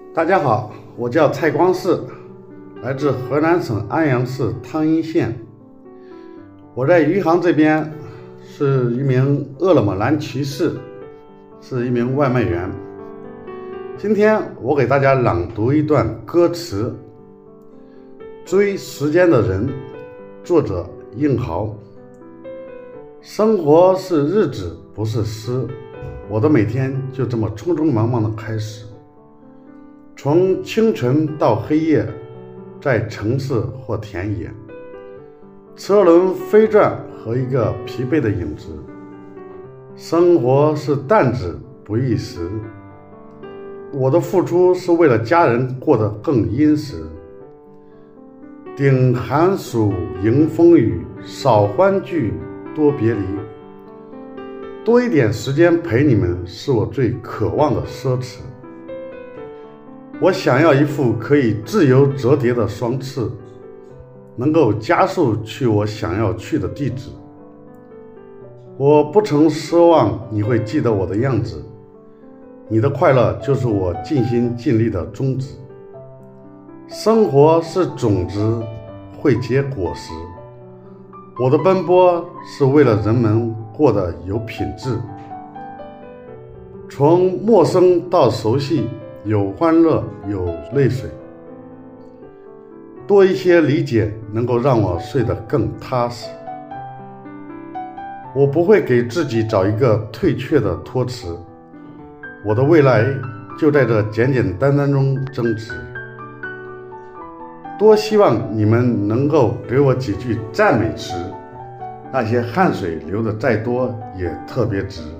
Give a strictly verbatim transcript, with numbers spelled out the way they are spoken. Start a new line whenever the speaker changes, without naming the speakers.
大家好，我叫蔡光世，来自河南省安阳市汤阴县。我在余杭这边是一名饿了么蓝骑士，是一名外卖员。今天我给大家朗读一段歌词《追时间的人》，作者应豪。生活是日子，不是诗，我的每天就这么匆匆忙忙的开始，从清晨到黑夜，在城市或田野，车轮飞转和一个疲惫的影子。生活是弹指不一时，我的付出是为了家人过得更殷实。顶寒暑迎风雨，少欢聚多别离，多一点时间陪你们是我最渴望的奢侈。我想要一副可以自由折叠的双翅，能够加速去我想要去的地址。我不曾奢望你会记得我的样子，你的快乐就是我尽心尽力的宗旨。生活是种子，会结果实，我的奔波是为了人们过得有品质。从陌生到熟悉，有欢乐有泪水，多一些理解能够让我睡得更踏实。我不会给自己找一个退却的托词，我的未来就在这简简单单中增值。多希望你们能够给我几句赞美词，那些汗水流得再多也特别值。